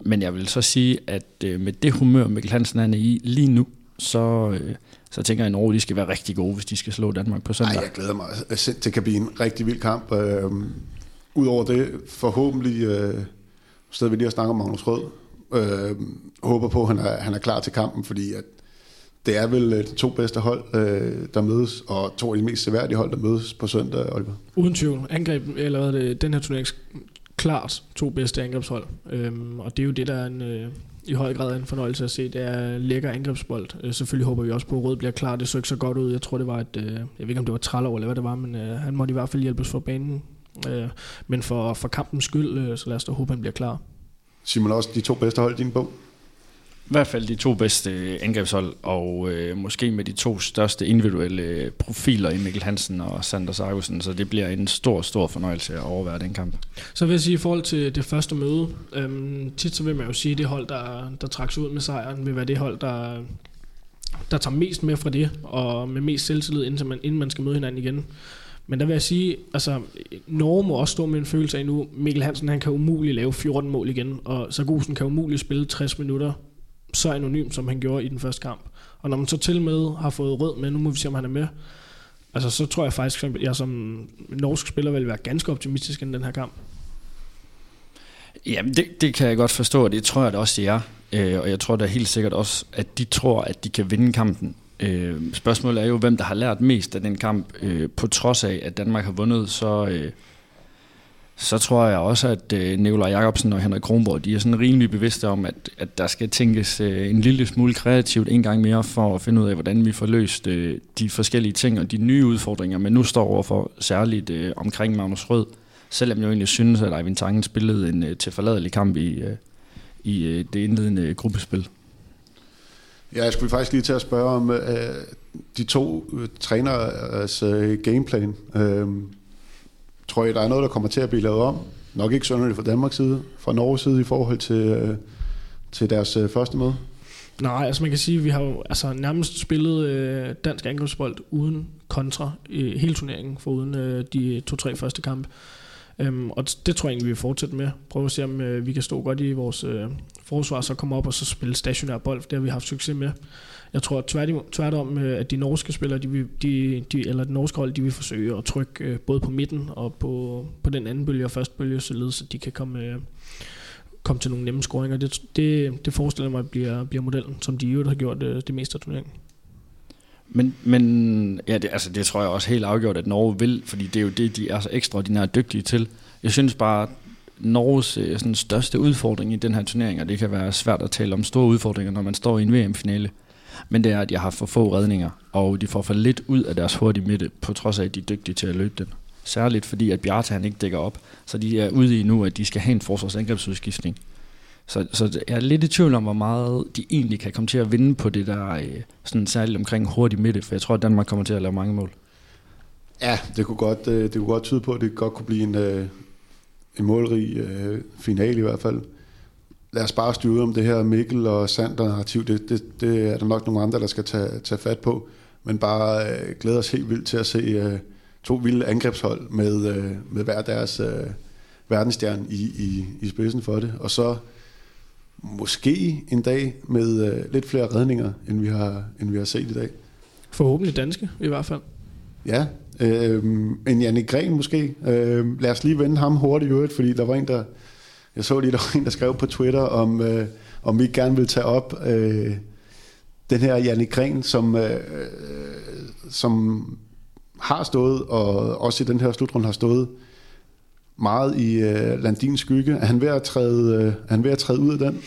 men jeg vil så sige, at øh, med det humør, Mikkel Hansen er i lige nu, så, øh, så tænker jeg, at Norge de skal være rigtig gode, hvis de skal slå Danmark på søndag. Ej, jeg glæder mig. Det kan blive en rigtig vild kamp. Øh, Udover det, forhåbentlig, øh, stedet vi lige har snakket om Magnus Rød, øh, håber på, at han er, han er klar til kampen, fordi at det er vel de to bedste hold, øh, der mødes, og to af de mest seværdige hold, der mødes på søndag, Oliver. Uden tvivl. Angreb, eller hvad det, den her turnering klart to bedste angrebshold. Øhm, og det er jo det, der er en, øh, i høj grad en fornøjelse at se. Det er lækker angrebsbold. Øh, selvfølgelig håber vi også på, at Rød bliver klar. Det så ikke så godt ud. Jeg tror, det var et, øh, jeg ved ikke, om det var Trællev eller hvad det var, men øh, han måtte i hvert fald hjælpes for banen. Øh, men for, for kampens skyld, øh, så lad os da håbe, han bliver klar. Simon, også de to bedste hold i din bog? I hvert fald de to bedste angrebshold, og øh, måske med de to største individuelle profiler i Mikkel Hansen og Sander Sargussen, så det bliver en stor, stor fornøjelse at overvære den kamp. Så vil jeg sige, i forhold til det første møde, øhm, tit så vil man jo sige, at det hold, der, der trækker sig ud med sejren, vil være det hold, der, der tager mest med fra det, og med mest selvtillid, inden man, inden man skal møde hinanden igen. Men der vil jeg sige, altså Norge må også stå med en følelse af nu, Mikkel Hansen han kan umuligt lave fjorten mål igen, og Sargussen kan umuligt spille tres minutter, så anonym, som han gjorde i den første kamp. Og når man så til med har fået Rød med, nu må vi se, om han er med, altså så tror jeg faktisk, at jeg som norsk spiller vil være ganske optimistisk i den her kamp. Jamen, det, det kan jeg godt forstå, og det tror jeg da også, det er. Øh, og jeg tror da helt sikkert også, at de tror, at de kan vinde kampen. Øh, spørgsmålet er jo, hvem der har lært mest af den kamp. Øh, på trods af, at Danmark har vundet, så... Øh, så tror jeg også, at øh, Nikolaj Jakobsen og Henrik Kronborg, de er sådan rimelig bevidste om, at, at der skal tænkes øh, en lille smule kreativt en gang mere, for at finde ud af, hvordan vi får løst øh, de forskellige ting og de nye udfordringer, men nu står overfor særligt øh, omkring Magnus Rød, selvom jeg jo egentlig synes, at Eivind Tangen spillede en øh, tilforladelig kamp i, øh, i øh, det indledende gruppespil. Ja, jeg skulle faktisk lige til at spørge om øh, de to øh, træneres øh, gameplan. Øh, Tror I, der er noget, der kommer til at blive lavet om? Nok ikke synderligt fra Danmarks side, fra Norges side i forhold til, øh, til deres øh, første møde? Nej, altså man kan sige, at vi har jo altså, nærmest spillet øh, dansk angrebsbold uden kontra i hele turneringen, foruden øh, de to-tre første kampe. Øhm, og det tror jeg egentlig, vi vil fortsætte med. Prøve at se, om øh, vi kan stå godt i vores øh, forsvar, så komme op og så spille stationær bold. Det har vi haft succes med. Jeg tror tværtom, tværtom at de norske spillere, de vil, de, de, eller de norske hold, de vil forsøge at trykke øh, både på midten og på, på den anden bølge og første bølge, således at de kan komme, øh, komme til nogle nemme scoringer. Det, det, det forestiller mig, at bliver, bliver modellen, som de jo har gjort øh, det meste af turneringen. Men, men ja, det, altså, det tror jeg også helt afgjort, at Norge vil, fordi det er jo det, de er så ekstraordinært dygtige til. Jeg synes bare, at Norges sådan, største udfordring i den her turnering, og det kan være svært at tale om store udfordringer, når man står i en V M-finale, men det er, at de har for få redninger, og de får for lidt ud af deres hurtige midte, på trods af, at de er dygtige til at løbe den. Særligt fordi, at Bjarte han ikke dækker op, så de er ude i nu, at de skal have en forsvarsangrebsudskiftning. Så, så jeg er lidt i tvivl om, hvor meget de egentlig kan komme til at vinde på det der, sådan særligt omkring hurtig midte, for jeg tror, at Danmark kommer til at lave mange mål. Ja, det kunne godt, det kunne godt tyde på, at det godt kunne blive en, en målrig finale i hvert fald. Lad os bare styre om det her Mikkel og Sander-narrativ. Det, det, det er der nok nogle andre, der skal tage, tage fat på. Men bare øh, glæder os helt vildt til at se øh, to vilde angrebshold med, øh, med hver deres øh, verdensstjerne i, i, i spidsen for det. Og så måske en dag med øh, lidt flere redninger, end vi, har, end vi har set i dag. Forhåbentlig danske i hvert fald. Ja, øh, en Jannik Gren måske. Øh, lad os lige vende ham hurtigt ud, fordi der var en, der... Jeg så lige, der var en, der skrev på Twitter, om, øh, om vi gerne vil tage op øh, den her Jannik Gren, som, øh, som har stået, og også i den her slutrunde har stået meget i øh, Landins skygge. Er han ved at træde, øh, er han ved at træde ud af den?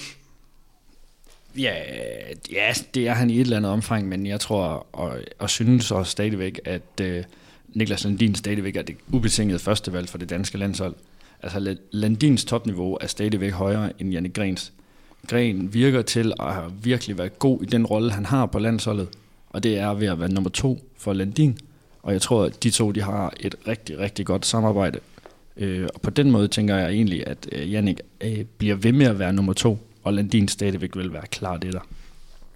Ja, ja, det er han i et eller andet omfang, men jeg tror og, og synes også stadigvæk, at øh, Niklas Landin stadigvæk er det ubetingede førstevalg for det danske landshold. Altså Landins topniveau er stadigvæk højere end Jannik Grens. Gren virker til at have virkelig været god i den rolle, han har på landsholdet, og det er ved at være nummer to for Landin. Og jeg tror, at de to de har et rigtig, rigtig godt samarbejde. Og på den måde tænker jeg egentlig, at Jannik bliver ved med at være nummer to, og Landin stadigvæk vil være klar det der.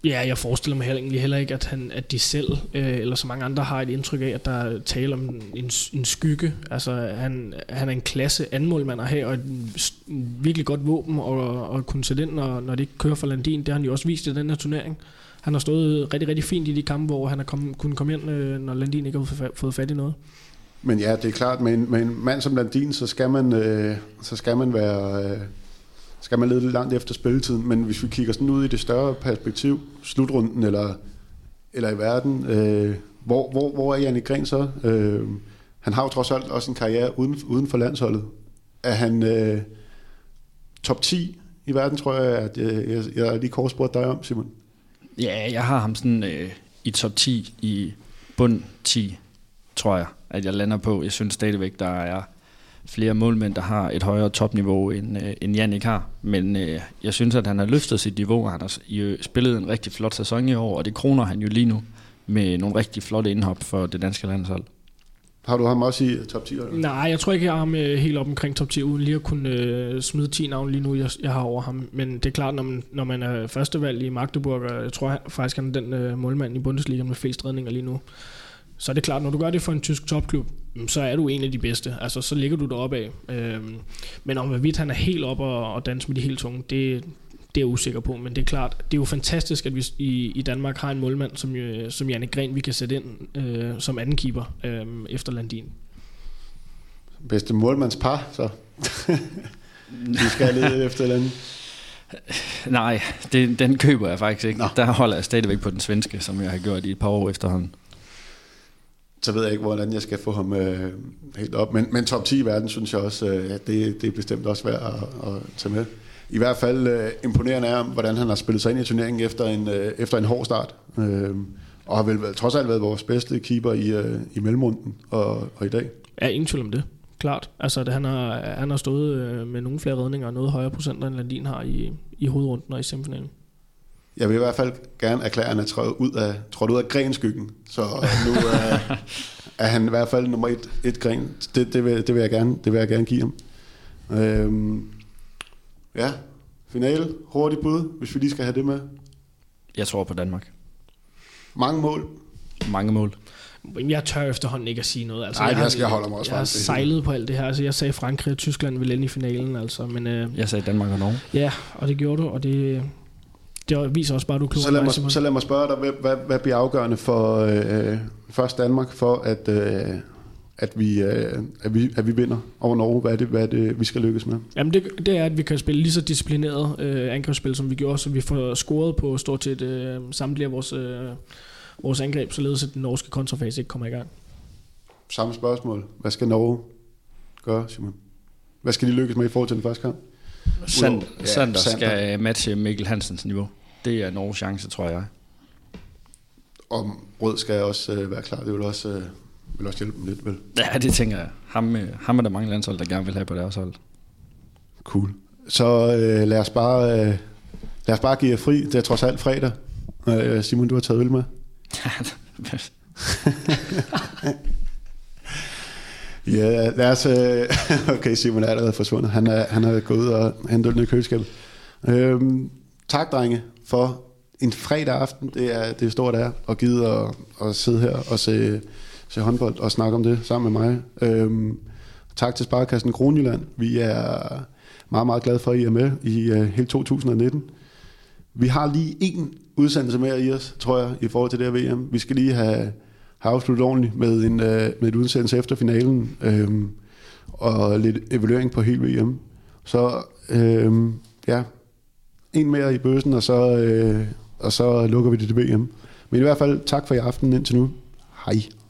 Ja, jeg forestiller mig heller, heller ikke, at, han, at de selv, øh, eller så mange andre, har et indtryk af, at der er tale om en, en skygge. Altså, han, han er en klasse anmålmand at have, og et en virkelig godt våben og, og kunne sætte ind, når, når det ikke kører for Landin. Det har han jo også vist i den her turnering. Han har stået rigtig, rigtig fint i de kampe, hvor han har kommet, kunnet komme ind, øh, når Landin ikke har fået fat i noget. Men ja, det er klart, med en, med en mand som Landin, så skal man, øh, så skal man være... Øh, skal man lede lidt langt efter spilletiden, men hvis vi kigger sådan ud i det større perspektiv, slutrunden eller, eller i verden, øh, hvor, hvor, hvor er Jannik Gren så? Øh, han har jo trods alt også en karriere uden, uden for landsholdet. Er han øh, top ti i verden, tror jeg, at jeg, jeg, jeg lige kort spurgte dig om, Simon? Ja, jeg har ham sådan øh, i top ti, i bund ti, tror jeg, at jeg lander på. Jeg synes stadigvæk, der er flere målmænd, der har et højere topniveau, end, øh, end Jannik har. Men øh, jeg synes, at han har løftet sit niveau. Han har jo spillet en rigtig flot sæson i år, og det kroner han jo lige nu med nogle rigtig flotte indhop for det danske landshold. Har du ham også i top ti? Eller? Nej, jeg tror ikke, jeg har ham helt op omkring top ti, uden lige at kunne øh, smide ti navn lige nu, jeg, jeg har over ham. Men det er klart, når man, når man er førstevalg i Magdeburg, og jeg tror faktisk, han er den øh, målmand i Bundesliga med flest redninger lige nu, så er det klart, når du gør det for en tysk topklub, så er du en af de bedste. Altså, så ligger du deroppe af. Øhm, men om hvorvidt han er helt op og, og danse med de helt tunge, det, det er jeg usikker på. Men det er klart, det er jo fantastisk, at vi i, i Danmark har en målmand som, som Jannik Gren, vi kan sætte ind øh, som anden keeper øh, efter Landin. Bedste målmandspar, så. Vi skal lede efter Landin. Nej, det, den køber jeg faktisk ikke. Nå. Der holder jeg stadigvæk på den svenske, som jeg har gjort i et par år efterhånden. Så ved jeg ikke, hvordan jeg skal få ham øh, helt op. Men, men top ti i verden, synes jeg også, øh, det, det er bestemt også værd at, at tage med. I hvert fald øh, imponerende er, hvordan han har spillet sig ind i turneringen efter en, øh, efter en hård start. Øh, og har vel trods alt været vores bedste keeper i, øh, i mellemrunden og, og i dag. Ja, ingen tvivl om det. Klart. Altså, det, han, har, han har stået øh, med nogle flere redninger og noget højere procenter, end Landin har i, i hovedrunden og i semifinalen. Jeg vil i hvert fald gerne erklære, at han er trådt ud af, trådt ud af grenskyggen. Så nu er, er han i hvert fald nummer et, et gren. Det, det, vil, det, vil jeg gerne, det vil jeg gerne give ham. Øhm, ja, finale. Hurtigt bud, hvis vi lige skal have det med. Jeg tror på Danmark. Mange mål. Mange mål. Jeg tør efterhånden ikke at sige noget. Altså, Nej, jeg, jeg skal holde mig også. Jeg har sejlet på alt det her. Altså, jeg sagde Frankrig og Tyskland vil ende i finalen. Altså, men, øh, jeg sagde Danmark og Norge. Ja, og det gjorde du, og det... Det viser også bare, at du er klog. Så lad mig, så lad mig spørge dig, hvad, hvad, hvad bliver afgørende for øh, først Danmark, for at, øh, at, vi, øh, at, vi, at vi vinder over Norge? Hvad er det, hvad er det vi skal lykkes med? Jamen det, det er, at vi kan spille lige så disciplineret øh, angrebsspil, som vi gjorde, så vi får scoret på stort set øh, samtlige af vores, øh, vores angreb, således at den norske kontrafase ikke kommer i gang. Samme spørgsmål. Hvad skal Norge gøre, Simon? Hvad skal de lykkes med i forhold til den første kamp? Sand, ja, Sander skal matche Mikkel Hansens niveau. Det er Norges chance, tror jeg. Og Rød skal også øh, være klar. Det vil også, øh, vil også hjælpe dem lidt, vel? Ja, det tænker jeg. Ham, øh, ham er der mange landshold, der gerne vil have på deres hold. Cool. Så øh, lad os bare øh, lad os bare give jer fri. Det er trods alt fredag. Øh, Simon, du har taget øl med. Ja, lad os... Øh, okay, Simon er allerede forsvundet. Han er, han er gået ud og hentet øl ned i køleskabet. Øhm, tak, drenge, for en fredag aften. Det er, det er stort af at gide at, at sidde her og se, se håndbold og snakke om det sammen med mig. Øhm, tak til Sparekassen Kronjylland. Vi er meget, meget glade for, at I er med i uh, hele to tusind nitten. Vi har lige en udsendelse mere i os, tror jeg, i forhold til det her V M. Vi skal lige have... har afsluttet ordentligt med en øh, med et udsendelse efter finalen øh, og lidt evaluering på hele V M. Så øh, ja, en mere i bøssen, og så, øh, og så lukker vi det til V M. Men i hvert fald tak for i aften indtil nu. Hej.